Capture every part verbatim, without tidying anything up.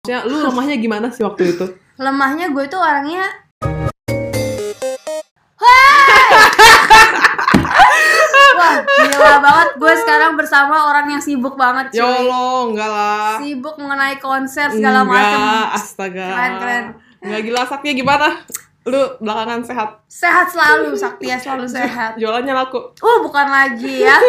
Maksudnya lu lemahnya gimana sih waktu itu? Lemahnya gue tuh orangnya wah gila banget. Gue sekarang bersama orang yang sibuk banget cuy. Ya Allah, enggak lah. Sibuk mengenai konser segala macam. Enggak, astaga. Keren-keren. Enggak gila, Saktia gimana? Lu belakangan sehat? Sehat selalu, Saktia selalu sehat. Jualannya laku? Uh bukan lagi ya.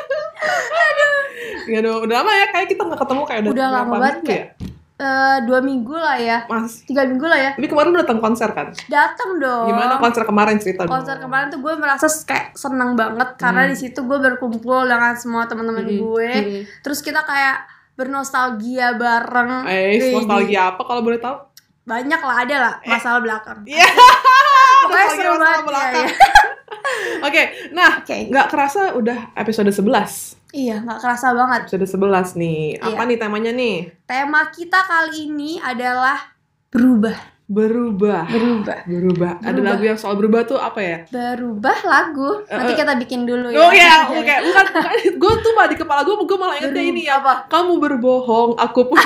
Enggak dong, udah lama ya kayak kita gak ketemu kayak udah Udah lama berapa banget minggu kayak uh, dua minggu lah ya. Mas, Tiga minggu lah ya. tapi kemarin lu datang konser kan? Datang dong. Gimana konser kemarin, cerita dong. Konser kemarin tuh gue merasa kayak seneng banget karena Hmm. di situ gue berkumpul dengan semua teman-teman Hmm. gue. Hmm. Terus kita kayak bernostalgia bareng. Eh, Wih, nostalgia apa kalau boleh tahu? banyak lah, ada lah masalah belakang. Iya. Pokoknya Nostalgia seru masalah banget ya, belakang. ya. Oke, nah, Oke. nggak kerasa udah episode sebelas. Iya, nggak kerasa banget. Episode sebelas nih. Apa Iya. nih temanya nih? Tema kita kali ini adalah berubah. Berubah. Berubah. Berubah. Ada Berubah. lagu yang soal berubah tuh apa ya? Berubah lagu. Nanti Eh, eh. kita bikin dulu ya. Oh iya, oke. Bukan, bukan. Gue tuh mah di kepala gue, gue malah ingetnya Berubah. ini ya. Apa? Kamu berbohong, aku pun.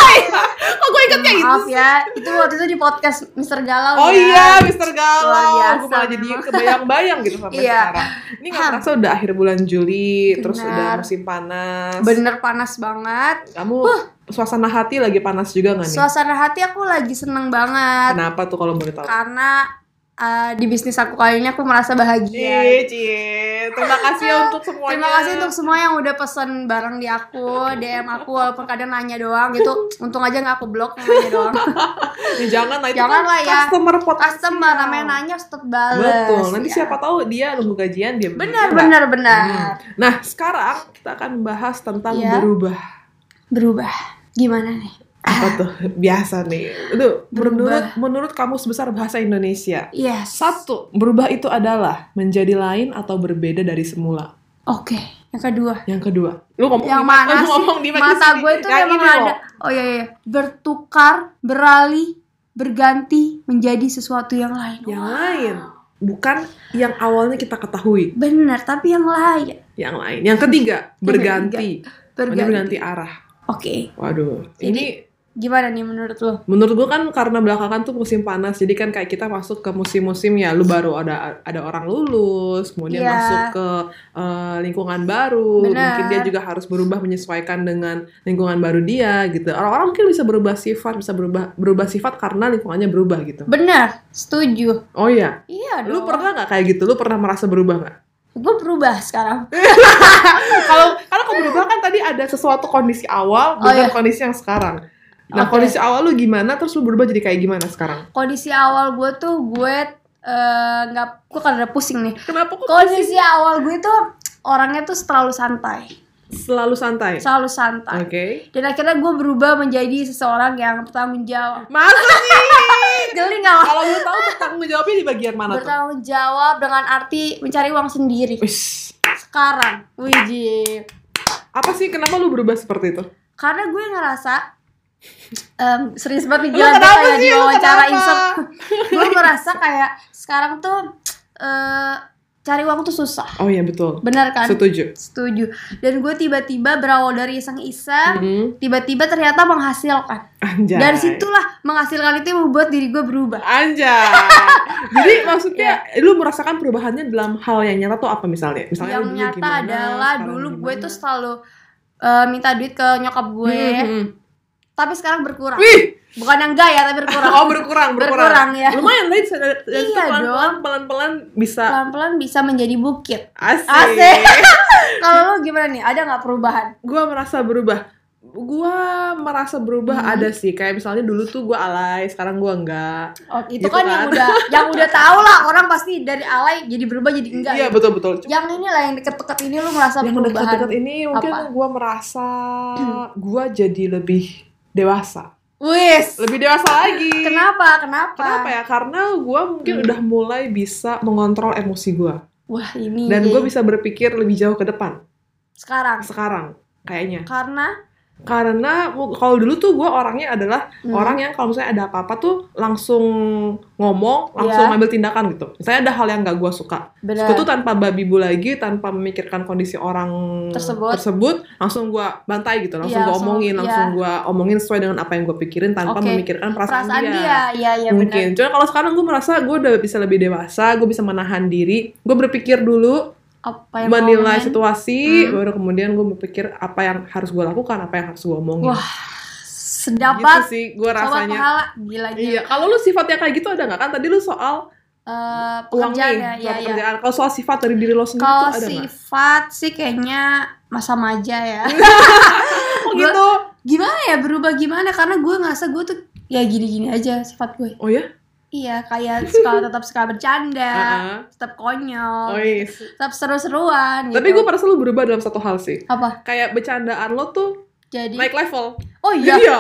Kok gue ingetnya itu Maaf sih? ya, itu waktu itu di podcast mister Galau Oh ya. iya, mister Galau. Luar biasa Gue malah jadi memang. kebayang-bayang gitu sampai Iya. sekarang. Ini nggak Ham. kerasa udah akhir bulan Juli, terus Benar. udah musim panas. Bener panas banget. Kamu suasana hati lagi panas juga nggak nih? Suasana hati aku lagi seneng banget. Kenapa tuh kalau boleh tahu? Karena uh, di bisnis aku kali ini aku merasa bahagia. Cie, cie. Terima kasih ya untuk semuanya. Terima kasih untuk semua yang udah pesen barang di aku, D M aku walaupun kadang nanya doang gitu. Untung aja nggak aku blok, yang nanya doang. Ya, jangan lah, itu Jangan kan lah ya. customer potensial. Customer namanya nanya harus tetap bales. Betul. Nanti ya. siapa tahu dia nunggu gajian dia beli. Benar, Enggak? benar, benar. Hmm. Nah, sekarang kita akan bahas tentang Iya. berubah. Berubah. Gimana nih? Apa tuh? Biasa nih. Itu menurut Berubah. menurut Kamus Besar Bahasa Indonesia. Yes. Satu, berubah itu adalah menjadi lain atau berbeda dari semula. Oke. Yang kedua. Yang kedua, lu ngomong Yang di mic, mana lu sih? ngomong di mic Mata sini. gue itu Yang memang ini ada. loh. Oh iya iya. Bertukar, beralih, berganti menjadi sesuatu yang lain. Yang Wow. lain, bukan yang awalnya kita ketahui. Benar, tapi yang lain. Yang lain. Yang ketiga, berganti. Berganti. Ini berganti arah. Oke. Waduh, Jadi, ini gimana nih menurut lo? menurut gue kan karena belakangan tuh musim panas, jadi kan kayak kita masuk ke musim-musim ya, lu baru ada ada orang lulus, kemudian Iya. masuk ke eh, lingkungan baru, Benar. mungkin dia juga harus berubah menyesuaikan dengan lingkungan baru dia gitu. Orang-orang mungkin bisa berubah sifat, bisa berubah berubah sifat karena lingkungannya berubah gitu. Benar, setuju. Oh iya, Iya lu dong. pernah nggak kayak gitu? Lu pernah merasa berubah nggak? Gue berubah sekarang. Kalau kalau kau berubah kan tadi ada sesuatu kondisi awal Oh, dengan iya. kondisi yang sekarang. Nah, Oke. kondisi awal lu gimana? Terus lu berubah jadi kayak gimana sekarang? Kondisi awal gue tuh gue eh, nggak, gue kan udah pusing nih. Kenapa kok Kondisi awal gue tuh orangnya tuh terlalu santai, selalu santai? selalu santai. Oke. Dan akhirnya gue berubah menjadi seseorang yang bertanggung jawab. Masa sih? Geli nggak? Kalau lu tahu bertanggung jawabnya di bagian mana tuh? Bertanggung jawab dengan arti mencari uang sendiri. Wish. Sekarang, wih, Apa sih kenapa lu berubah seperti itu? karena gue ngerasa em, serius banget nih, Lu gila gue kenapa kayak sih? Lu diwawancara kenapa? insert. Gue merasa kayak sekarang tuh eh, cari uang tuh susah. Oh iya betul. Benar kan? Setuju. Setuju. Dan gue tiba-tiba berawal dari iseng-iseng, Mhm. tiba-tiba ternyata menghasilkan. Anjay. Dari situlah menghasilkan itu yang membuat diri gue berubah. Anjay. Jadi maksudnya lu merasakan perubahannya dalam hal yang nyata tuh apa misalnya? Misalnya Yang lu dulu nyata gimana, adalah sekarang dulu gue gimana? tuh selalu eh, minta duit ke nyokap gue, Mhm. tapi sekarang berkurang. Wih. Bukan yang enggak ya, tapi berkurang. Oh berkurang, berkurang. Berkurang, ya. Lumayan dari dari situ Iya pelan-pelan, dong. pelan-pelan bisa Pelan-pelan bisa menjadi bukit. asik. Asik. Kalau lu gimana nih? Ada nggak perubahan? Gua merasa berubah. Gua merasa berubah Hmm. ada sih. Kayak misalnya dulu tuh gua alay, sekarang gua enggak. Oh, itu Gitu kan, kan. yang udah yang udah tahu lah, orang pasti dari alay jadi berubah jadi enggak. Iya ya. betul betul. Yang ini lah yang deket-deket ini lu merasa Yang perubahan. dekat-dekat ini mungkin Apa? gua merasa gua jadi lebih dewasa. Wis. Lebih dewasa lagi. Kenapa? Kenapa? Kenapa ya? Karena gua mungkin Hmm. udah mulai bisa mengontrol emosi gua. Wah, ini. Dan gua bisa berpikir lebih jauh ke depan. sekarang Sekarang kayaknya. karena Karena mu- kalau dulu tuh gue orangnya adalah Hmm. orang yang kalau misalnya ada apa-apa tuh langsung ngomong, langsung Iya. ngambil tindakan gitu. Misalnya ada hal yang gak gue suka, Bener. gue tuh tanpa babi bu lagi, tanpa memikirkan kondisi orang Tersebut. tersebut, langsung gue bantai gitu, langsung Iya, gue langsung- omongin, iya. langsung gue omongin sesuai dengan apa yang gue pikirin tanpa Oke. memikirkan perasaan, Perasaan dia, iya iya Mungkin. benar. Cuma kalau sekarang gue merasa gue udah bisa lebih dewasa, gue bisa menahan diri, gue berpikir dulu, Apa yang mau menilai ngomongin? situasi, Hmm. baru kemudian gue berpikir apa yang harus gue lakukan, apa yang harus gue omongin. Wah, sedap Gitu banget. sih gue Sobat rasanya. pahala, gila gila. Iya, kalau lu sifatnya kayak gitu ada nggak? Kan tadi lu soal Eh, uang pekerjaan nih, ya, soal iya iya. pekerjaan. Kalau soal sifat dari diri lo sendiri Kalau tuh ada nggak? sifat sih kayaknya masa maja ya. Oh gitu? Gimana ya, berubah gimana? Karena gue ngerasa gue tuh ya gini-gini aja sifat gue. Oh ya? Iya, kayak suka tetap suka bercanda, Uh-uh. tetap konyol, Oh yes. tetap seru-seruan gitu. Tapi gue merasa lu berubah dalam satu hal sih. apa? Kayak bercandaan lo tuh Jadi naik level. oh iya. Iya.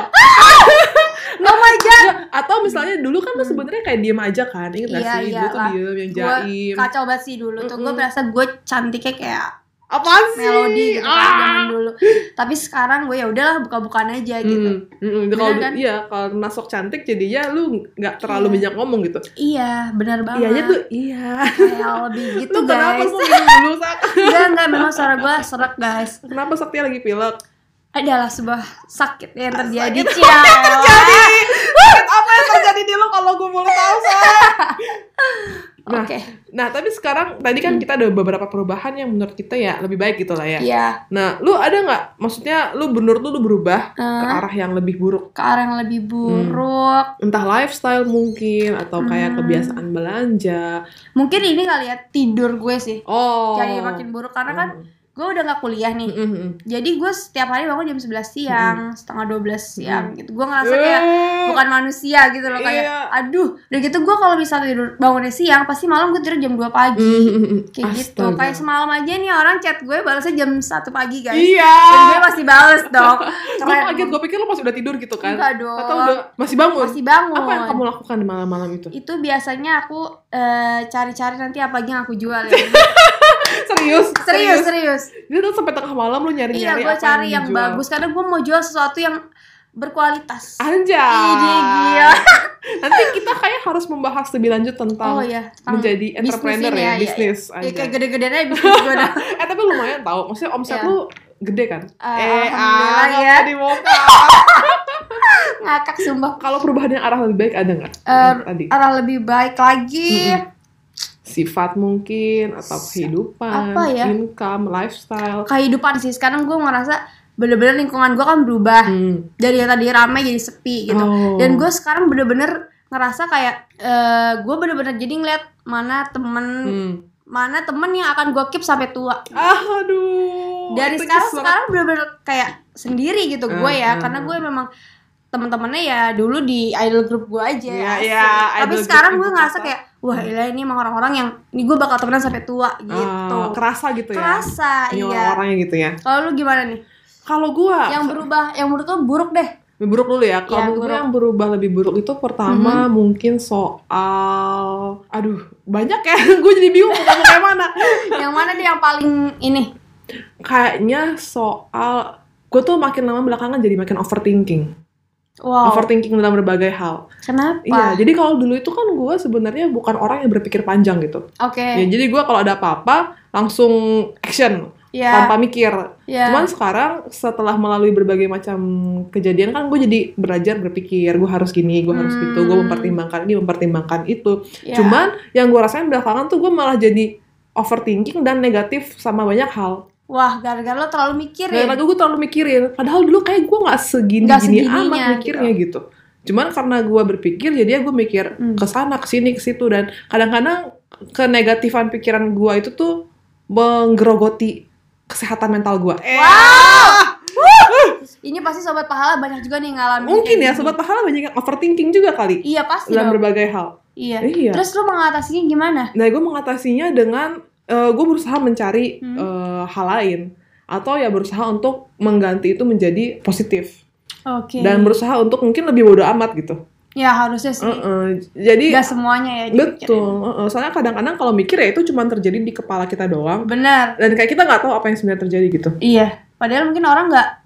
Oh my god. Atau misalnya dulu kan lu sebenarnya kayak diem aja kan, inget gak Iya, sih? iya Dulu tuh lah. diem, yang Gue jaim. kacau banget sih dulu tuh. Gue Mm-mm. berasa gue cantiknya kayak Apaan sih? melodi gitu kan Ah! zaman dulu. Tapi sekarang gue ya udahlah buka-bukaan aja gitu. Mm, mm, mm. Kalau Bener kan? iya, kalau masuk cantik jadinya lu nggak terlalu Iya. banyak ngomong gitu. Iya, benar banget. Iyanya tuh iya. kayak lebih gitu Lu kenapa guys. lu ngomong dulu, Sak? Enggak, enggak, memang suara gue serak guys. Kenapa Saktia lagi pilek? Adalah sebuah sakit yang terjadi. Sakit. Cia. Sakit apa yang terjadi di lu kalau gue boleh tahu, Sak? Nah, Oke. nah tapi sekarang tadi kan kita ada beberapa perubahan yang menurut kita ya lebih baik gitu lah ya. Iya, Nah, lu ada nggak? Maksudnya lu menurut lu lu berubah ke Eh. arah yang lebih buruk? ke arah yang lebih buruk. Entah lifestyle mungkin atau kayak Hmm. kebiasaan belanja. Mungkin ini kali ya tidur gue sih. Oh. Jadi makin buruk karena kan gue udah gak kuliah nih. Mm, mm, mm. Jadi gue setiap hari bangun jam sebelas siang, setengah dua belas siang gitu. Gue ngerasa kayak Eh. bukan manusia gitu loh, kayak Iya. aduh. Udah gitu gue kalau misalnya tidur bangunnya siang, pasti malam gue tidur jam dua pagi. Mm, mm, mm. Kayak gitu. Astaga. Kayak semalam aja nih orang chat gue balasnya jam satu pagi guys. Iya. Dan gue masih bales dong. Gue Keren. kaget, gue pikir lu masih udah tidur gitu kan. Enggak dong. Atau udah masih bangun. Masih bangun. Apa yang kamu lakukan di malam-malam itu? Itu biasanya aku eh, cari-cari nanti apa lagi yang aku jual ya. Serius? Serius, serius. Dia tuh sampai tengah malam lu Iya, nyari-nyari gue apa cari yang, dijual. bagus karena gue mau jual sesuatu yang berkualitas. Anjay. Ini gila. Nanti kita kayak harus membahas lebih lanjut tentang Oh iya, tentang menjadi bisnis entrepreneur ini ya, iya, bisnis iya. aja. Ya, kayak gede-gedean aja bisnis gue dah. Eh tapi lumayan tau, maksudnya omset Iya. lu gede kan? Eh, eh, alhamdulillah ah, ya. nggak dibongkar. Ngakak sumpah. Kalau perubahan yang arah lebih baik ada nggak? Eh, Tadi arah lebih baik lagi. sifat mungkin atau kehidupan, Apa ya? income, lifestyle. Kehidupan sih. Sekarang gue ngerasa bener-bener lingkungan gue kan berubah. Hmm. Dari yang tadi rame jadi sepi gitu. Oh. Dan gue sekarang bener-bener ngerasa kayak eh, gue bener-bener jadi ngeliat mana temen Hmm. mana temen yang akan gue keep sampai tua. Ah, aduh. Dari itu sekarang kisah. sekarang bener-bener kayak sendiri gitu gue Uh, uh, ya, karena uh. gue memang teman-temannya ya dulu di idol group gue aja. Iya, asik. iya, Tapi idol sekarang group gue ibu ngerasa kota. kayak wah ilah ini emang orang-orang yang ini gue bakal temenan sampai tua gitu. Ah, kerasa gitu ya. Kerasa, Ini iya. orang-orangnya gitu ya. Kalau lu gimana nih? Kalau gua Yang berubah, yang menurut lu buruk deh. lebih buruk dulu ya. Kalau Iya, menurut gue buruk. yang berubah lebih buruk itu pertama mungkin soal, aduh banyak ya. Gue jadi bingung mau ngomong kayak mana. Yang mana deh yang paling ini? Kayaknya soal gue tuh makin lama belakangan jadi makin overthinking. Wow. Overthinking dalam berbagai hal. Kenapa? Iya, jadi kalau dulu itu kan gue sebenarnya bukan orang yang berpikir panjang gitu. Oke. Ya, jadi gue kalau ada apa-apa langsung action Iya. tanpa mikir. Iya. Cuman sekarang setelah melalui berbagai macam kejadian kan gue jadi belajar berpikir, gue harus gini, gue harus gitu, gue Hmm. mempertimbangkan ini, mempertimbangkan itu. Iya. Cuman yang gue rasain belakangan tuh gue malah jadi overthinking dan negatif sama banyak hal. Wah, gara-gara lo terlalu mikirin. Gara-gara gue terlalu mikirin. Padahal dulu kayak gue nggak Nggak segini-gini segininya amat mikirnya gitu. Cuman karena gue berpikir, jadi gue mikir Hmm. ke sana, ke sini, ke situ, dan kadang-kadang kenegatifan pikiran gue itu tuh menggerogoti kesehatan mental gue. Eh, Wow. Ini pasti sobat pahala banyak juga nih ngalamin. mungkin kayak ya gini. sobat pahala banyak yang overthinking juga kali Iya pasti dalam dong. berbagai hal. Iya. Iya. Terus lu mengatasinya gimana? Nah, gue mengatasinya dengan gue berusaha mencari Hmm. eh, hal lain atau ya berusaha untuk mengganti itu menjadi positif Oke. dan berusaha untuk mungkin lebih bodo amat gitu. Ya harusnya sih. Uh-uh. Jadi Gak semuanya ya. betul. Uh-uh. Soalnya kadang-kadang kalau mikir ya itu cuma terjadi di kepala kita doang Benar. dan kayak kita nggak tahu apa yang sebenarnya terjadi gitu. Iya. Padahal mungkin orang nggak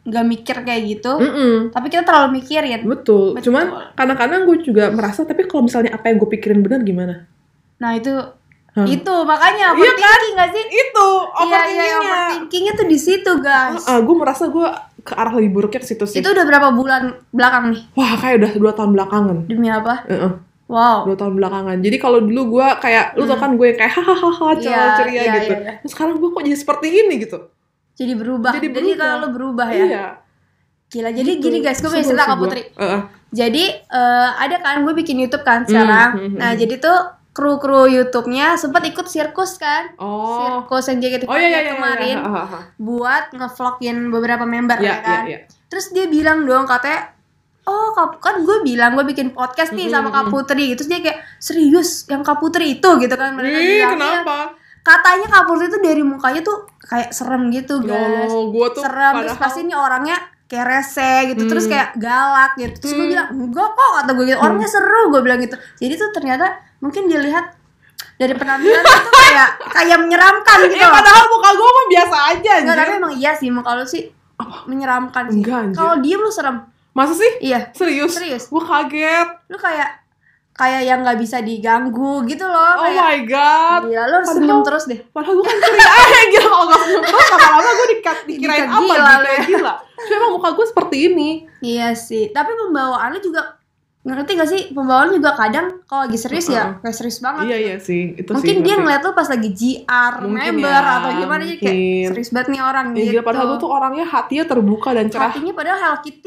nggak mikir kayak gitu, Mm-mm. tapi kita terlalu mikirin. Betul. Betul. Cuman kadang-kadang gue juga merasa, tapi kalau misalnya apa yang gue pikirin benar gimana? Nah itu Hmm. itu makanya Iya overthinking nggak sih? Itu Iya iya overthinkingnya. overthinkingnya tuh di situ guys. Ah, gue merasa gue ke arah lebih buruknya ke situ sih. Itu udah berapa bulan belakang nih? Wah, kayak udah dua tahun belakangan. Demi apa? Heeh. Wow. Dua tahun belakangan. Jadi kalau dulu gue kayak, lu tau kan gue kayak hahaha ceria Iya, ceria iya, gitu. iya, iya. Terus sekarang gue kok jadi seperti ini gitu. Jadi berubah. Jadi Jadi, berubah. kalau lo berubah ya. Iya. Gila. Jadi Gitu. gini guys, gue punya Sebel cerita sih Kak gua. Putri. Heeh. Jadi eh, ada kan gue bikin YouTube kan sekarang. hmm, hmm, Nah hmm. jadi tuh kru-kru YouTube-nya sempat ikut sirkus kan. Oh. Sirkus yang J K T Oh iya iya iya. kemarin iya. Ha, ha, ha. buat ngevlogin beberapa member Iya ya kan. iya iya. Terus dia bilang dong katanya, oh Kak- kan gue bilang gue bikin podcast nih sama Kak Putri. Terus dia kayak, serius yang Kak Putri itu gitu kan. Mereka Ih, bilang, kenapa? katanya Kak Putri itu dari mukanya tuh kayak serem gitu guys. No, gue tuh Serem, terus padahal- pasti ini orangnya kayak rese gitu, terus Hmm. kayak galak gitu. Terus gue Hmm. bilang, enggak kok, kata gue gitu, orangnya seru, gue bilang gitu. Jadi tuh ternyata mungkin dilihat dari penampilan itu kayak kayak menyeramkan gitu. Eh, padahal muka gue mah biasa aja Enggak, tapi anjir. emang iya sih muka lu sih menyeramkan sih. Enggak, anjir. Kalau diem lu serem. Masa sih? Iya, Serius? Serius. Gue kaget. lu kayak kayak yang nggak bisa diganggu gitu loh. Oh Kayak, my god. gila, lu harus Padahal- senyum terus deh. Padahal gue kan ceria. Eh gila, kalau gak senyum terus lama-lama gue dikat, dikirain Dikira apa gila gitu lu ya, ya. gila. Cuma emang muka gue seperti ini. Iya sih, tapi pembawaan lu juga, ngerti gak sih, pembawaan lu juga kadang kalau lagi serius ya Uh-uh. kayak serius banget. Iya iya sih. Itu Mungkin sih, dia ngerti. ngeliat lu pas lagi G R Mungkin member ya, atau gimana, jadi kayak mungkin. serius banget nih orang Ya, gitu. gila, padahal gue tuh orangnya hatinya terbuka dan cerah. Hatinya padahal Hello Kitty.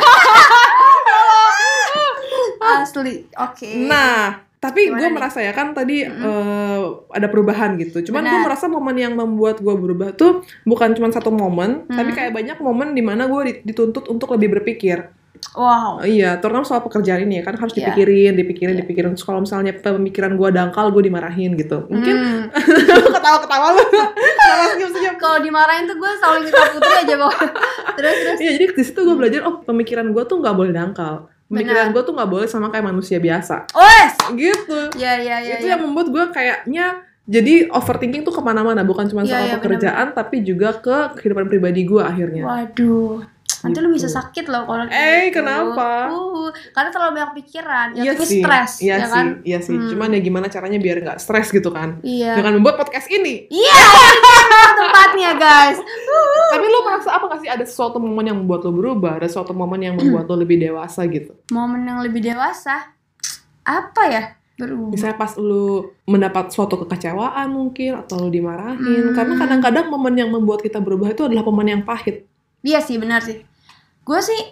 Asli, oke. Nah, tapi Gimana gue nih? merasa ya kan tadi eh, ada perubahan gitu. Cuman gue Benar. merasa momen yang membuat gue berubah tuh bukan cuma satu momen, Hmm. tapi kayak banyak momen di mana gue dituntut untuk lebih berpikir. Wow. Oh, iya, terutama soal pekerjaan ini ya kan harus Iya. dipikirin, dipikirin, Iya. dipikirin. Terus kalau misalnya pemikiran gue dangkal, gue dimarahin gitu. Mungkin Hmm. ketawa-ketawa lu. Ketawa senyum-senyum. Kalau dimarahin tuh gue selalu inget Kak Putri aja bawah. Terus terus. Iya, jadi di situ gue belajar, oh pemikiran gue tuh nggak boleh dangkal. Pemikiran Benar. gue tuh nggak boleh sama kayak manusia biasa. Wes. Gitu. Ya ya ya. Itu ya. yang membuat gue kayaknya jadi overthinking tuh kemana-mana, bukan cuma Iya, soal iya, pekerjaan, tapi juga ke kehidupan pribadi gue akhirnya. Waduh. Nanti lu Gitu. bisa sakit loh kalau Eh, gitu. kenapa? Uh, karena terlalu banyak pikiran, Iya jatuhnya sih, stres, iya ya sih, kan? iya sih. Hmm. Cuman ya gimana caranya biar nggak stres gitu kan? Iya. Dengan membuat podcast ini. Iya, itu tempatnya guys. Tapi lo merasa apa nggak sih ada sesuatu momen yang membuat lo berubah, ada sesuatu momen yang membuat lo lebih dewasa gitu? Momen yang lebih dewasa, apa ya? Berubah. Misalnya pas lo mendapat suatu kekecewaan mungkin, atau lo dimarahin. Hmm. Karena kadang-kadang momen yang membuat kita berubah itu adalah momen yang pahit. Iya sih, benar sih. Gue sih,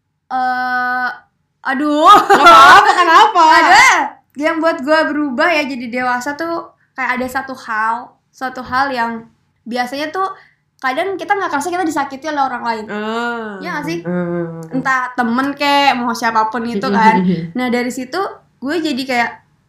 eh, aduh, Gak apa-apa, kenapa? ada yang buat gue berubah ya jadi dewasa tuh kayak ada satu hal, satu hal yang biasanya tuh kadang kita nggak kerasa kita disakiti oleh orang lain. Ah. Iya nggak sih? Ah. Entah temen kek, mau siapapun itu kan. Nah dari situ gue jadi kayak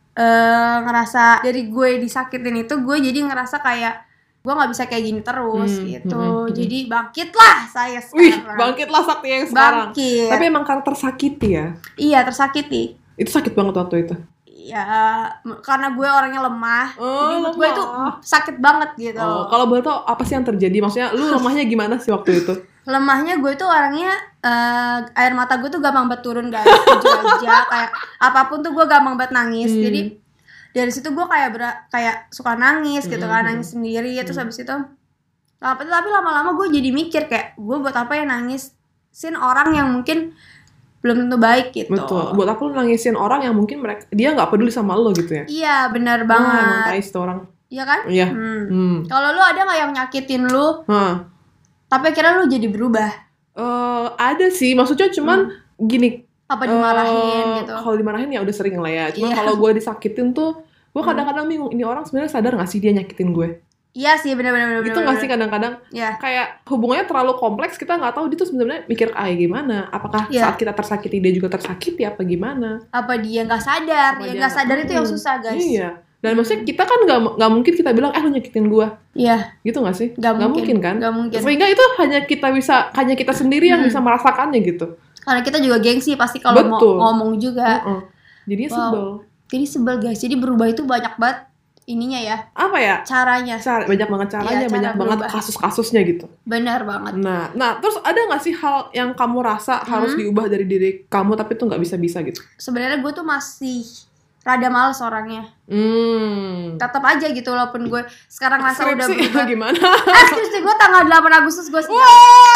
eh ngerasa dari gue disakitin itu gue jadi ngerasa kayak gue nggak bisa kayak gini terus Hmm, gitu. hmm, hmm. Jadi bangkitlah saya Wih, sekarang. bangkitlah sakti yang sekarang. Bangkit. Tapi emang karena tersakiti ya. Iya tersakiti. Itu sakit banget waktu itu. Ya m- karena gue orangnya lemah. Oh, jadi menurut gue itu lemah. sakit banget gitu. Oh, kalau boleh tau apa sih yang terjadi? Maksudnya lu lemahnya gimana sih waktu itu? Lemahnya gue tuh orangnya eh, air mata gue tuh gampang banget turun guys. Jujur aja kayak apapun tuh gue gampang banget nangis. Hmm. Jadi dari situ gue kayak ber- kayak suka nangis gitu kan, Hmm. nangis sendiri ya. Terus habis itu tapi, tapi lama-lama gue jadi mikir kayak gue buat apa ya nangisin orang yang mungkin belum tentu baik gitu. Betul. Buat apa lu nangisin orang yang mungkin mereka dia nggak peduli sama lo gitu ya? Iya benar Ah, emang banget. tais tuh orang. Iya kan? Iya. Hmm. Hmm. Kalau lu ada nggak yang nyakitin lu Hah. tapi akhirnya lu jadi berubah? Eh, ada sih. Maksudnya cuman gini. Apa dimarahin eh, gitu? Kalau dimarahin ya udah sering lah ya. Cuman Iya. kalau gue disakitin tuh, gue kadang-kadang bingung. Ini orang sebenarnya sadar nggak sih dia nyakitin gue? Iya sih benar-benar. Gitu nggak sih kadang-kadang? Ya. Kayak hubungannya terlalu kompleks, kita nggak tahu dia tuh sebenarnya mikir kayak gimana. Apakah Iya. saat kita tersakiti dia juga tersakiti apa gimana? Apa dia nggak sadar? Apa Ya dia nggak sadar itu yang Hmm. susah guys. Iya. Dan maksudnya kita kan nggak nggak mungkin kita bilang eh lu nyakitin gue, Iya. gitu nggak sih? Nggak Nggak mungkin. kan? Nggak mungkin. Sehingga itu hanya kita bisa hanya kita sendiri yang Hmm. bisa merasakannya gitu. Karena kita juga gengsi pasti kalau mau Betul. ngomong juga. Heeh. Jadinya Wow. sebel. Jadi sebel guys. Jadi berubah itu banyak banget ininya ya. Apa ya? Caranya. Cara, banyak banget caranya, Iya, cara banyak banget berubah. kasus-kasusnya gitu. Benar banget. Nah, nah terus ada nggak sih hal yang kamu rasa harus Hmm. diubah dari diri kamu tapi tuh nggak bisa-bisa gitu? Sebenarnya gue tuh masih rada males orangnya. Hmm. Tetap aja gitu walaupun gue sekarang ngerasa udah Skripsi berubah. gimana? Eh, skripsi gue tanggal delapan Agustus gue sidang.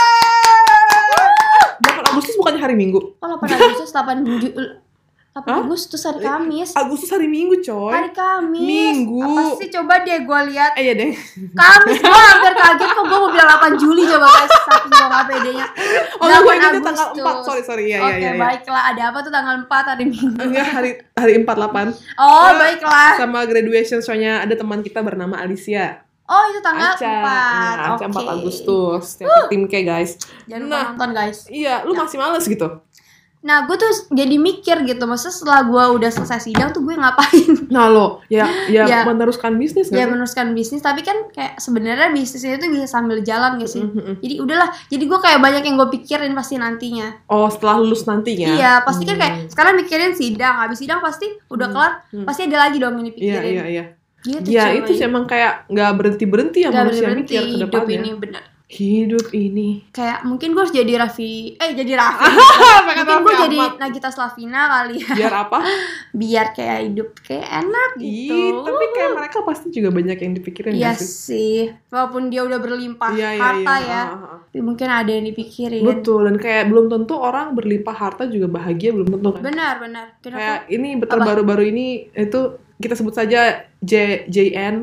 delapan Agustus bukannya hari Minggu? Oh, delapan Agustus, delapan Ju- delapan Hah? Agustus hari Kamis. Agustus hari Minggu, coy. Hari Kamis. Minggu. Apa sih, coba deh gue lihat. Eh ya deh. Kamis, gue hampir kaget kok gue mau bilang delapan Juli coba guys, saking gue gak pedenya. Oh, gue ingetnya tanggal empat. Sorry, sorry. Iya, Oke, iya, iya. baiklah. Ada apa tuh tanggal empat hari Minggu? Enggak, hari hari empat delapan. Oh, Nah, baiklah. Sama graduation show-nya ada teman kita bernama Alicia. Oh, itu tanggal Aca. empat. Nah, Aca Oke. empat Agustus. Setiap tim K, guys. Jangan lupa Nah, nonton guys. iya, lu masih males gitu. Nah, gue tuh jadi mikir gitu, maksudnya setelah gue udah selesai sidang tuh gue ngapain? Nah, lo ya ya, Ya. meneruskan bisnis Ya nggak sih? meneruskan bisnis, tapi kan kayak sebenarnya bisnisnya itu bisa sambil jalan gak sih? Mm-mm. Jadi udahlah, jadi gue kayak banyak yang gue pikirin pasti nantinya. Oh, setelah lulus nantinya. Iya, pasti kan Hmm. kayak sekarang mikirin sidang, habis sidang pasti udah kelar, Hmm. pasti ada lagi dong ini Iya, pikirin. iya, iya. Gitu, Ya, coy. itu sih emang kayak nggak berhenti-berhenti ya Gak manusia berhenti mikir ke hidup depannya. ini bener. Hidup ini. Kayak mungkin gue harus jadi Raffi, eh jadi Raffi. Pengen mungkin gue Raffi jadi Ahmad. Nagita Slavina kali ya. Biar apa? Biar kayak hidup kayak enak gitu. Ih, tapi kayak mereka pasti juga banyak yang dipikirin Iya nggak sih? sih, walaupun dia udah berlimpah Iya, iya, harta iya. ya, Ah, ah, ah. tapi mungkin ada yang dipikirin. Betul, dan kayak belum tentu orang berlimpah harta juga bahagia, belum tentu kan. Benar, benar. Kayak Kenapa? ini betul baru-baru ini itu kita sebut saja J JN.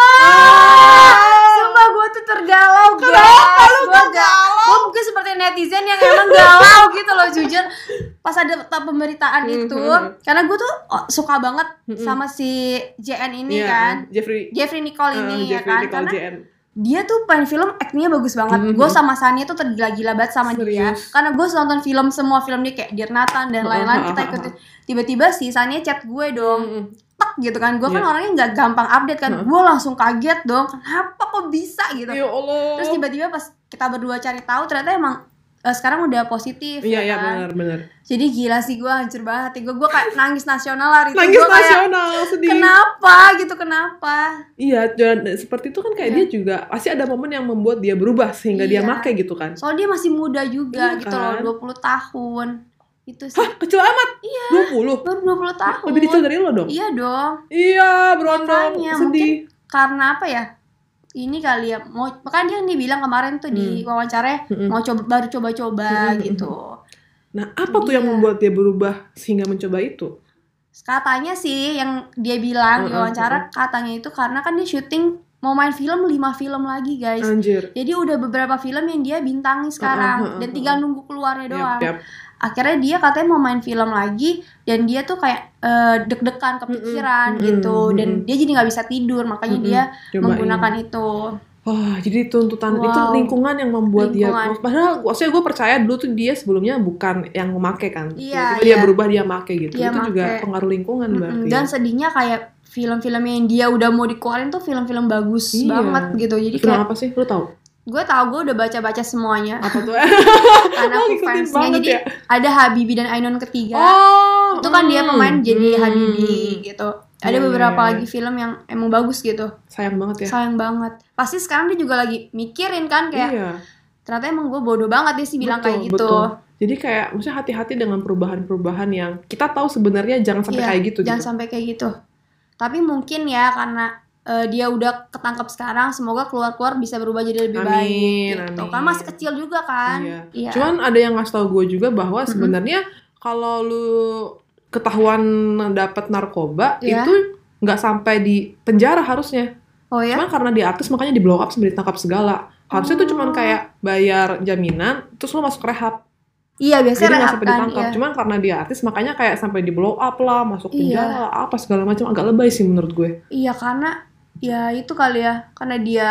Ah, sumpah gue tuh tergalau guys. Kenapa lu Gue galau? Gue mungkin seperti netizen yang emang galau gitu loh, jujur. Pas ada ta- pemberitaan Hmm, itu, hmm, karena gue tuh oh, suka banget Hmm, hmm. sama si J N ini Iya, kan, Jeffrey Jeffrey Nicole eh, ini ya Jeffrey kan, Nicole karena J N. dia tuh main film actingnya bagus banget. Mhm. Gue sama Sania tuh tergila-gila banget sama dia. Serius? Karena gue nonton film semua film dia kayak Dear Nathan dan lain-lain, kita ikutin. Tiba-tiba si Sania chat gue dong, Mm-mm. tak gitu kan. Gue kan Iya. orangnya nggak gampang update kan. Heeh. Gue langsung kaget dong. Kenapa kok bisa gitu? Ya Allah. Terus tiba-tiba pas kita berdua cari tahu ternyata emang eh, sekarang udah positif Iya, ya iya, kan. benar-benar. Jadi gila sih, gue hancur banget hati gue. Gue kayak nangis nasional hari itu. Nangis Gua kayak, nasional, sedih. kenapa gitu, kenapa? Iya, dan seperti itu kan kayak Iya. dia juga pasti ada momen yang membuat dia berubah sehingga dia Iya. make gitu kan. Soalnya dia masih muda juga Iya gitu kan? loh, dua puluh tahun. Itu sih. Hah, kecil amat. Iya. dua puluh. Baru dua puluh tahun. Lebih kecil dari lo dong. Iya dong. Iya, berondong, Makanya sedih. mungkin karena apa ya? Ini kali ya, mau makanya dia, dia bilang kemarin tuh di Hmm. wawancara Mm-mm. mau coba baru coba-coba Mm-mm. gitu. Nah, apa tuh yang Iya. membuat dia berubah sehingga mencoba itu? Katanya sih yang dia bilang di Mm-mm, wawancara, katanya itu karena kan dia syuting mau main film lima film lagi guys. Anjir. Jadi udah beberapa film yang dia bintangi sekarang Mm-mm, dan mm-mm. tinggal nunggu keluarnya doang. Yap, yap. Akhirnya dia katanya mau main film lagi dan dia tuh kayak eh, deg-degan, kepikiran Mm-mm, gitu, mm-mm, dan mm-mm. dia jadi nggak bisa tidur, makanya Mm-mm. dia Cobain. menggunakan itu. Wah, jadi tuntutan itu Wow. lingkungan yang membuat Lingkungan. dia. Padahal, maksudnya gue percaya dulu tuh dia sebelumnya bukan yang memakai kan. Iya, Tiba-tiba dia iya. berubah dia make gitu. Dia itu juga make. pengaruh lingkungan Mm-mm. berarti. Dan sedihnya kayak film-film yang dia udah mau dikeluarin tuh film-film bagus Iya. banget gitu. Jadi Film kayak apa sih? Lu tahu? gue tau, gue udah baca-baca semuanya. Apa tuh? Karena Lo aku ngikutin fansnya. banget Jadi ya? ada Habibie dan Ainun ketiga. Oh, Itu kan dia hmm, pemain jadi hmm. Habibie gitu. Ada Iya, iya, beberapa iya, lagi film yang emang bagus gitu. Sayang banget ya. Sayang banget. Pasti sekarang dia juga lagi mikirin kan kayak Iya. ternyata emang gue bodoh banget dia sih bilang Betul, kayak gitu. betul. Jadi kayak maksudnya hati-hati dengan perubahan-perubahan yang kita tahu sebenarnya jangan sampai Iya, kayak gitu jangan gitu. sampai kayak gitu. Tapi mungkin ya karena eh, dia udah ketangkep sekarang, semoga keluar-keluar bisa berubah jadi lebih Amin, baik gitu. amin. Kan masih kecil juga kan. Iya. Cuman ada yang ngasih tau gue juga bahwa sebenarnya kalau lu ketahuan dapat narkoba Iya. itu nggak sampai di penjara harusnya. Oh ya? Cuman karena dia artis makanya di blow up sampai ditangkap segala. Harusnya tuh cuman Oh. kayak bayar jaminan terus lu masuk rehab. Iya, Jadi biasanya nggak rehab sampai kan. ditangkap. Iya. Cuman karena dia artis makanya kayak sampai di blow up lah, masuk Iya. penjara lah, apa segala macam, agak lebay sih menurut gue. Iya, karena ya itu kali ya. Karena dia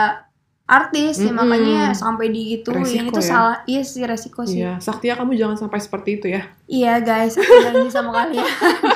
artis ya, Mm-mm. makanya sampai digituin. Resiko Itu ya. salah. Iya sih, resiko sih. Iya, Saktia kamu jangan sampai seperti itu ya. Iya guys, aku janji sama kalian.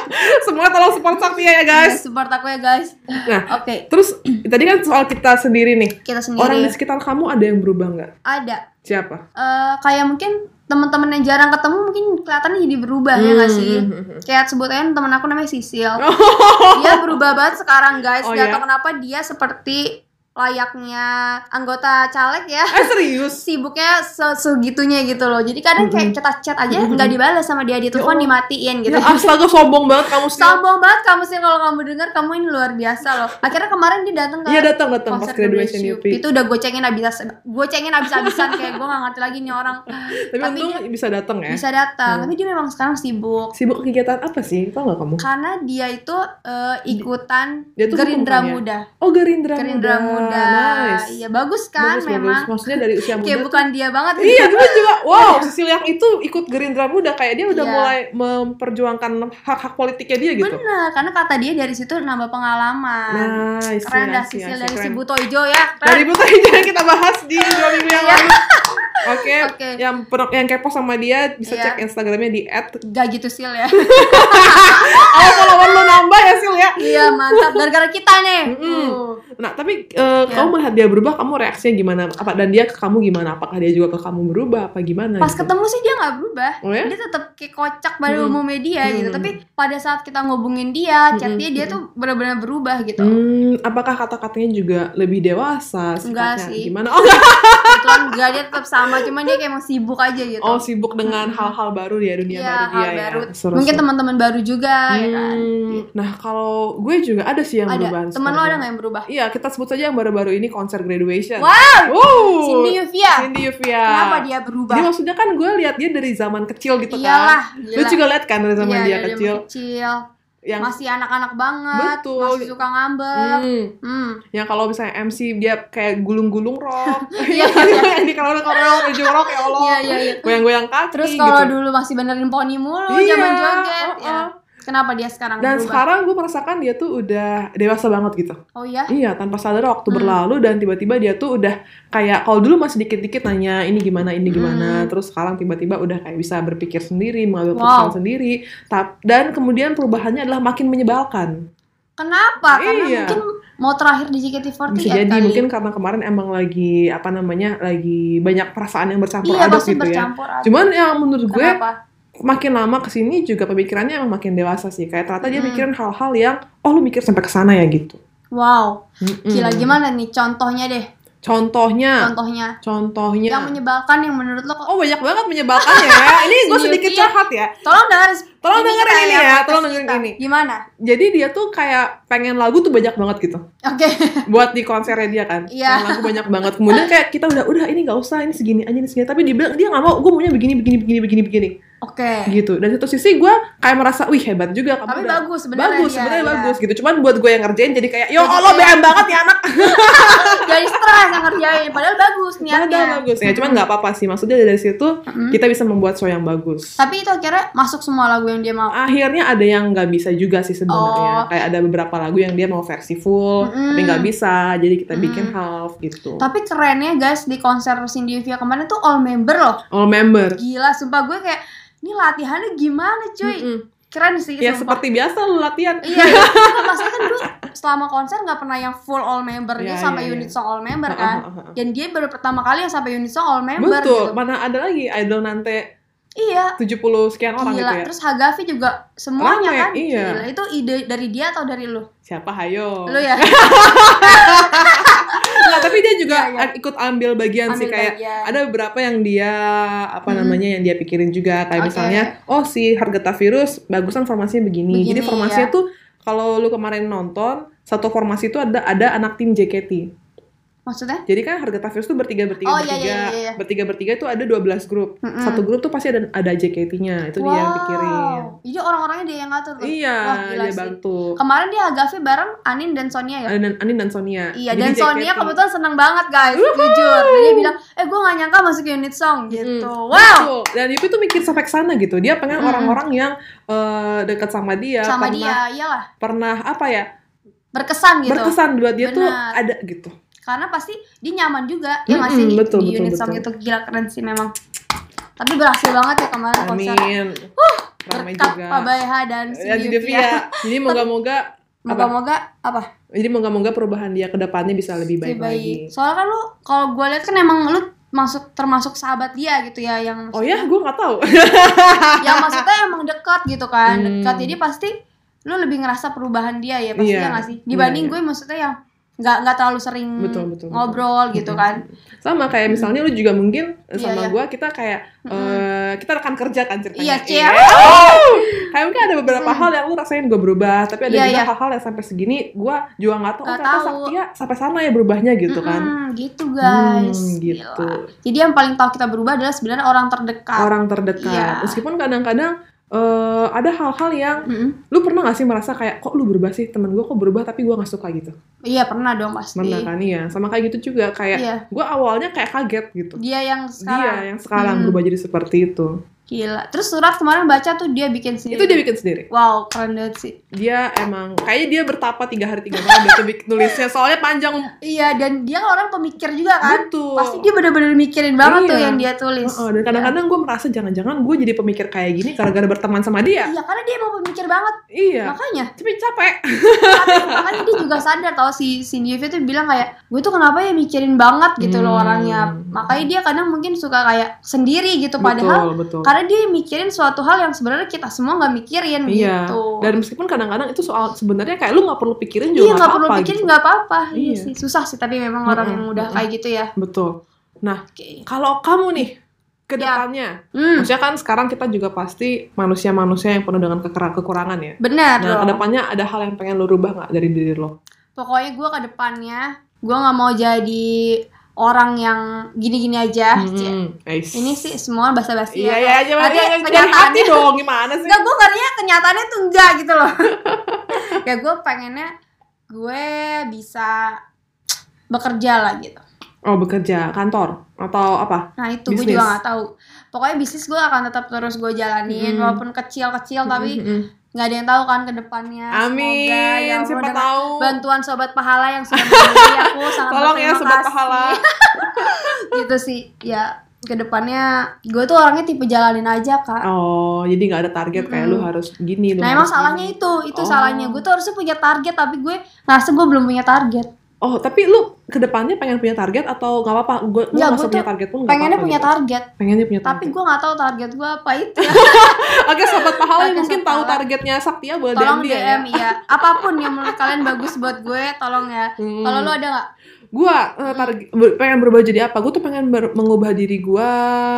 Semua tolong support Saktia ya Iya, guys. support aku ya guys. Nah, Oke, terus tadi kan soal kita sendiri nih. kita Orang di sendiri sekitar kamu ada yang berubah nggak? ada. Siapa? Eh, kayak mungkin teman-teman yang jarang ketemu mungkin kelihatannya jadi berubah Hmm. ya nggak sih? Kayak sebut aja teman aku namanya Sisil. Dia berubah banget sekarang guys. Oh, Gak ya? tau kenapa dia seperti layaknya anggota caleg ya. Eh serius? Sibuknya se- segitunya gitu loh. Jadi kadang kayak kita chat aja nggak dibalas sama dia, di telepon Allah. dimatiin gitu. Ya astaga, sombong banget kamu sih. Sombong banget kamu sih, kalau kamu dengar kamu ini luar biasa loh. Akhirnya kemarin dia datang ke Iya, datang, datang pas konser graduation The U P. Itu udah gue cengin abis gue cengin abis-abisan kayak gue gak ngerti lagi nih orang. Tapi, Tapi untung dia bisa datang ya. bisa datang, tapi dia memang sekarang sibuk. Sibuk kegiatan apa sih? Tau gak kamu? Karena dia itu eh, ikutan Dia tuh Gerindra hukum kan ya? Muda. Oh, Gerindra, Gerindra Muda. Nice. Iya bagus kan Bagus, memang. bagus. Maksudnya dari usia muda Kayak tuh- bukan dia banget. Iya, gue juga. Wow, Sisil yang itu ikut Gerindra Muda, kayak dia udah Iya. mulai memperjuangkan hak-hak politiknya dia gitu. Bener, karena kata dia dari situ nambah pengalaman. Nice, Keren dah nice, Sisil nice, dari keren. si Buto Ijo ya. Dari Keren. buku ini yang kita bahas di dua minggu yang Iya. lalu. Oke, Oke. yang per- yang kepo sama dia bisa Iya. cek Instagramnya di at. Gak gitu Sil ya. Oh, follower lo nambah ya Sil ya. Iya mantap, gara-gara kita nih. Mm-mm. Uh. Nah, tapi eh, Iya. kamu melihat dia berubah, kamu reaksinya gimana? Apa dan dia ke kamu gimana? Apakah dia juga ke kamu berubah apa gimana? Pas gitu? ketemu sih dia nggak berubah, Oh ya? dia tetap kayak kocak pada Hmm. umumnya dia gitu. Hmm. Tapi pada saat kita ngubungin dia, chat Hmm. dia, dia tuh benar-benar berubah gitu. Hmm, apakah kata-katanya juga lebih dewasa Enggak sifatnya? sih. Gimana? Oh, enggak. Kebetulan enggak, dia tetap sama, cuman dia kayak mau sibuk aja gitu. Oh, sibuk dengan hal-hal baru ya, dunia Iya, baru hal dia baru. ya. Seru, Mungkin seru. teman-teman baru juga ya kan. Hmm, Nah, kalau gue juga ada sih yang berubah. Ada. Teman lo ada nggak yang berubah? Iya, kita sebut saja yang baru-baru ini konser graduation. Wow. Wow. Cindy Yuvia. Cindy Yuvia. Kenapa dia berubah? Jadi maksudnya kan gue lihat dia dari zaman kecil gitu Iyalah, kan. gila. Lu juga lihat kan dari zaman Iya, dia dari kecil. zaman kecil. Yang Masih anak-anak banget, Betul. masih suka ngambek. Hmm, Hmm. yang kalau misalnya M C dia kayak gulung-gulung rock. Iya, iya. Ini kalau kalau baju rock ya Allah. Iya, iya, iya. Goyang-goyang kaki Terus kalau gitu. dulu masih benerin poni mulu, Iya, zaman joget. uh-uh. Ya. Kenapa dia sekarang Dan berubah? sekarang gue merasakan dia tuh udah dewasa banget gitu. Oh ya? Iya, tanpa sadar waktu Hmm. berlalu dan tiba-tiba dia tuh udah kayak kalau dulu masih dikit-dikit nanya ini gimana, ini gimana, Hmm. terus sekarang tiba-tiba udah kayak bisa berpikir sendiri, mengambil Wow. keputusan sendiri. Tap- Dan kemudian perubahannya adalah makin menyebalkan. Kenapa? Karena Iya. mungkin mau terakhir di J K T empat puluh Bisa delapan jadi kali. mungkin karena kemarin emang lagi apa namanya lagi banyak perasaan yang bercampur Iya, aduk pasti gitu ya. bercampur aduk. Cuman yang menurut gue Kenapa? makin lama kesini juga pemikirannya emang makin dewasa sih. Kayak ternyata dia Mm. mikirin hal-hal yang oh lu mikir sampai ke sana ya gitu. Wow. Mm-mm. Gila, gimana nih contohnya deh? Contohnya, Contohnya. contohnya. Yang menyebalkan yang menurut lo kok. Oh banyak banget menyebalkannya ya. Ini gue Sini sedikit Yuvia. curhat ya. Tolong dengar. Tolong dengerin kita ini yang ya, podcast tolong dengerin kita. ini. Gimana? Jadi dia tuh kayak pengen lagu tuh banyak banget gitu. Oke. Buat di konsernya dia kan. Iya. Pengen lagu banyak banget. Kemudian kayak kita udah udah ini nggak usah, ini segini aja, ini segini. Tapi dia bilang dia nggak mau, gue maunya begini begini begini begini begini. Oke. Gitu. Dan satu sisi gue kayak merasa, wih hebat juga kamu. Tapi udah- bagus sebenarnya Bagus, dia, sebenarnya iya. bagus gitu. Cuman buat gue yang ngerjain jadi kayak, yo Jadi Allah B kayak- M banget ya anak. Jadi stres yang ngerjain. Padahal bagus niatnya. Padahal bagus ya. Cuman nggak apa-apa sih. Maksudnya dari situ Mm-mm. kita bisa membuat show yang bagus. Tapi itu akhirnya masuk semua lagu yang dia mau. Akhirnya ada yang nggak bisa juga sih Oh. sebenarnya. Kayak ada beberapa lagu yang dia mau versi full, Mm-mm. tapi nggak bisa. Jadi kita bikin Mm. half gitu. Tapi kerennya guys, di konser Cindy Yuvia kemarin tuh all member loh. All member. Gila, sumpah gue kayak ini latihannya gimana cuy? Mm-mm. Keren sih. Ya sumpah. seperti biasa lu latihan. Iya, iya. Kan maksudnya kan gue selama konser nggak pernah yang full all member, dia Iya, sampai iya, unit iya. song all member Ha, kan. ha, ha, ha. Dan dia baru pertama kali yang sampai unit song all member Betul. gitu. Mana ada lagi idol nanti Iya. tujuh puluh sekian orang Gila, gitu ya. terus Hagafi juga semuanya Rame, kan. iya. Gila, itu ide dari dia atau dari lu? Siapa hayo? Lu ya. Nggak, tapi dia juga Iya, iya. ikut ambil bagian sih Ambil kayak bagian. ada beberapa yang dia apa Hmm. namanya yang dia pikirin juga kayak Oke. misalnya oh si Hargeta Virus bagusan formasinya begini. Begini, Jadi formasinya ya. tuh kalau lu kemarin nonton satu formasi itu ada ada anak tim J K T. Maksudnya? Jadi kan Hargeta Virus tuh bertiga bertiga Oh, iya, bertiga iya, iya, iya. bertiga bertiga itu ada dua belas grup. Mm-mm. Satu grup tuh pasti ada ada J K T-nya. Itu dia yang pikirin. Jadi orang-orangnya dia yang ngatur tuh. Iya, Wah, gila dia sih. bantu. Kemarin dia Hagafi bareng Anin dan Sonia ya? Anin, Anin dan Sonia. Iya, Jadi dan J K T. Sonia kebetulan seneng banget guys, jujur. Dan dia bilang, eh gue gak nyangka masuk unit song gitu. Mm, Wow. betul. Dan Yupi tuh mikir sampai ke sana gitu. Dia pengen Mm. orang-orang yang eh, dekat sama dia, Sama pernah dia, iyalah. pernah apa ya? Berkesan gitu. Berkesan buat dia tuh Benar. ada gitu. Karena pasti dia nyaman juga, ya nggak Mm-mm, sih? betul, di betul, unit song betul. itu gila keren sih memang. Tapi berhasil banget ya kemarin konser. Amin. Ramai Berkat juga. Pak Bayha dan Ya, Cindy si Yuvia. Devia. Jadi moga-moga apa? Moga-moga apa? Jadi moga-moga perubahan dia ke depannya bisa lebih baik Lebih baik. lagi. Soalnya kan lu kalau gue lihat kan emang lu masuk termasuk sahabat dia gitu ya yang Oh ya, gue nggak tahu. yang maksudnya emang dekat gitu kan, Hmm. dekat. Jadi pasti lu lebih ngerasa perubahan dia ya pasti Iya. ya nggak sih? Dibanding Iya, gue maksudnya yang nggak nggak terlalu sering Betul, betul, ngobrol betul. gitu Mm-mm. kan. Sama kayak misalnya lu juga mungkin Iya, sama iya. gue kita kayak eh, kita rekan kerja kan ceritanya. Iya, Cia. Oh! Kayak mungkin ada beberapa hal yang lu rasain gue berubah, tapi ada Iya, juga iya. hal-hal yang sampai segini gue juga nggak tahu. Oh, Nggak ternyata tahu. Saktia sampai sana ya berubahnya gitu kan. Mm-mm, gitu guys. Hmm, gitu. Gila. Jadi yang paling tahu kita berubah adalah sebenarnya orang terdekat. Orang terdekat. Iya. Meskipun kadang-kadang eh, ada hal-hal yang Mm-mm. lu pernah gak sih merasa kayak kok lu berubah sih, temen gue kok berubah tapi gue nggak suka gitu. Iya pernah dong pasti. Pernah kan? Iya. Sama kayak gitu juga kayak Iya. gue awalnya kayak kaget gitu. Dia yang sekarang. Dia yang sekarang Hmm. berubah jadi seperti itu. Gila. Terus surat kemarin baca tuh dia bikin sendiri. Itu dia bikin sendiri. Wow, keren banget sih. Dia emang kayaknya dia bertapa tiga hari tiga malam dia bikin nulisnya, soalnya panjang. Iya, dan dia kan orang pemikir juga kan. Betul. Pasti dia bener-bener mikirin banget Iya. tuh yang dia tulis. Heeh, dan kadang-kadang gue merasa jangan-jangan gue jadi pemikir kayak gini gara-gara berteman sama dia. Iya, karena dia emang pemikir banget. Iya. Makanya. Tapi capek. Tapi makanya dia juga sadar tau si si Nieve tuh bilang kayak gue tuh kenapa ya mikirin banget gitu loh Hmm. orangnya. Makanya dia kadang mungkin suka kayak sendiri gitu padahal Betul, betul. karena dia mikirin suatu hal yang sebenarnya kita semua nggak mikirin Iya. gitu. Dan meskipun kadang-kadang itu soal sebenarnya kayak lu nggak perlu pikirin iya juga nggak nggak perlu apa-apa pikirin gitu. nggak apa-apa. Iya Iya. sih susah sih tapi memang orang Mm-mm, yang udah mm-mm. kayak gitu ya. Betul. Nah, Oke. kalau kamu nih ke Ya. depannya, Hmm, maksudnya kan sekarang kita juga pasti manusia-manusia yang penuh dengan keker- kekurangan ya. benar Nah, dong. ke depannya ada hal yang pengen lu rubah nggak dari diri lo? Pokoknya gue ke depannya gue nggak mau jadi orang yang gini-gini aja. Cie. Hmm, guys. Ini sih semua basa-basi Iya, ya. iya, aja Nanti dari hati kenyataannya dong, gimana sih? enggak, gue ngerinya kenyataannya tuh enggak gitu loh. Ya gue pengennya gue bisa bekerja lah gitu. Oh, bekerja, kantor, atau apa? Nah itu gue Bisnis. juga nggak tahu. Pokoknya bisnis gue akan tetap terus gue jalanin Hmm. walaupun kecil-kecil tapi Mm-mm. nggak ada yang tahu kan ke depannya. Amin, Semoga ya Allah, siapa dengan tahu. bantuan sobat pahala yang sudah memberi aku sangat Tolong ya, berterima sobat kasih. pahala. Gitu sih ya. Kedepannya gue tuh orangnya tipe jalanin aja kak. Oh, jadi nggak ada target kayak Mm-mm. lu harus gini. lu Nah emang harus salahnya gini. itu, itu Oh. salahnya. Gue tuh harusnya punya target, tapi gue ngerasa gue belum punya target. Oh, tapi lu kedepannya pengen punya target atau nggak apa-apa? Gue gue Nggak, nggak gue punya tuh target pun nggak Pengennya apa-apa punya gitu. target, Pengennya punya target. tapi gue nggak tahu target gue apa itu ya. Oke, sobat pahala yang Oke, mungkin sobat tahu pahala. targetnya Saktia boleh Tolong D M D dia ya. M ya. Apapun yang menurut kalian bagus buat gue, tolong ya. Hmm. Kalau lu ada nggak? Gua eh, target ber- pengen berubah jadi apa? Gue tuh pengen ber- mengubah diri gua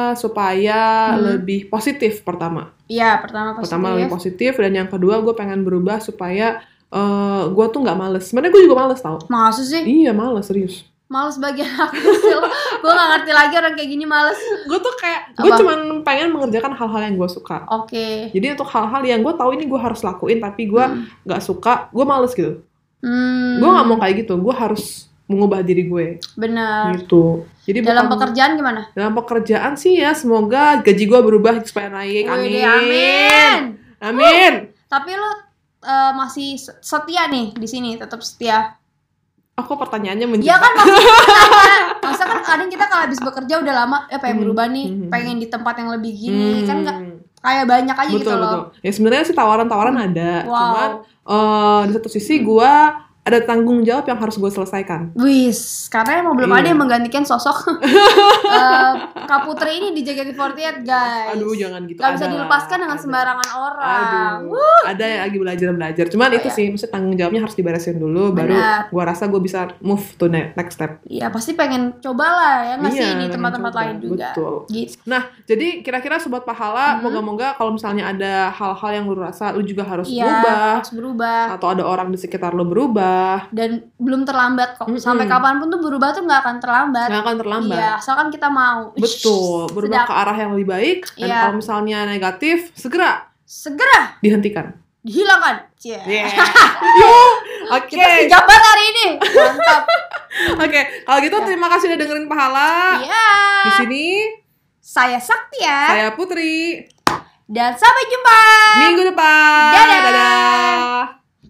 supaya Hmm. lebih positif pertama. Iya, pertama positif. Pertama lebih positif dan yang kedua gue pengen berubah supaya eh gue tuh nggak males. Sebenarnya gue juga males tau. Masa sih? Iya males serius. Males bagian aku sih. Gue nggak ngerti lagi orang kayak gini males. Gue tuh kayak gue Apa? cuman pengen mengerjakan hal-hal yang gue suka. Oke. Jadi untuk hal-hal yang gue tahu ini gue harus lakuin tapi gue Hmm. nggak suka, gue males gitu. Hmm, Gue nggak mau kayak gitu. Gue harus mengubah diri gue benar. gitu. Jadi Dalam bukan- pekerjaan gimana? dalam pekerjaan sih ya semoga gaji gue berubah supaya naik. Amin. Wih, amin. Amin. Tapi lu eh, masih setia nih di sini, tetap setia. Aku pertanyaannya Iya menjebak. kan maksudnya, masa kan kadang kita kalau habis bekerja udah lama, eh pengen Hmm, berubah nih, hmm, pengen di tempat yang lebih gini, Hmm. kan nggak kayak banyak aja betul gitu loh. betul. Ya sebenarnya sih tawaran-tawaran ada, Wow. cuman eh, di satu sisi gue ada tanggung jawab yang harus gue selesaikan. Wis, karena emang belum Iya. ada yang menggantikan sosok eh, Kak Putri ini di J K T empat delapan guys. Aduh jangan gitu. Gak bisa ada, dilepaskan dengan ada. sembarangan orang. Aduh, ada yang lagi belajar belajar. Cuman Oh, itu iya. sih, maksudnya tanggung jawabnya harus diberesin dulu, baru Benar. gue rasa gue bisa move to ne- next step. Iya pasti pengen cobalah ya nggak sih Iya, di pengen tempat-tempat coba. lain juga. Betul. Gitu. Nah, jadi kira-kira sobat pahala, Hmm. moga-moga kalau misalnya ada hal-hal yang lu rasa lu juga harus Iya, berubah, harus berubah. atau ada orang di sekitar lu berubah, Dan belum terlambat kok. Mm-mm. Sampai kapanpun tuh berubah tuh nggak akan terlambat. nggak akan terlambat. Iya, asalkan kita mau. Betul, Ish, berubah sedap. ke arah yang lebih baik. Dan Iya. kalau misalnya negatif, segera Segera dihentikan. dihilangkan. Cie. Yeah. Yo, oke, Kita sigap banget hari ini. Mantap. oke. Kalau gitu Ya. terima kasih udah dengerin pahala. Iya. Di sini Saya Saktia. saya Putri. Dan sampai jumpa. Minggu depan. Dadah. Dadah.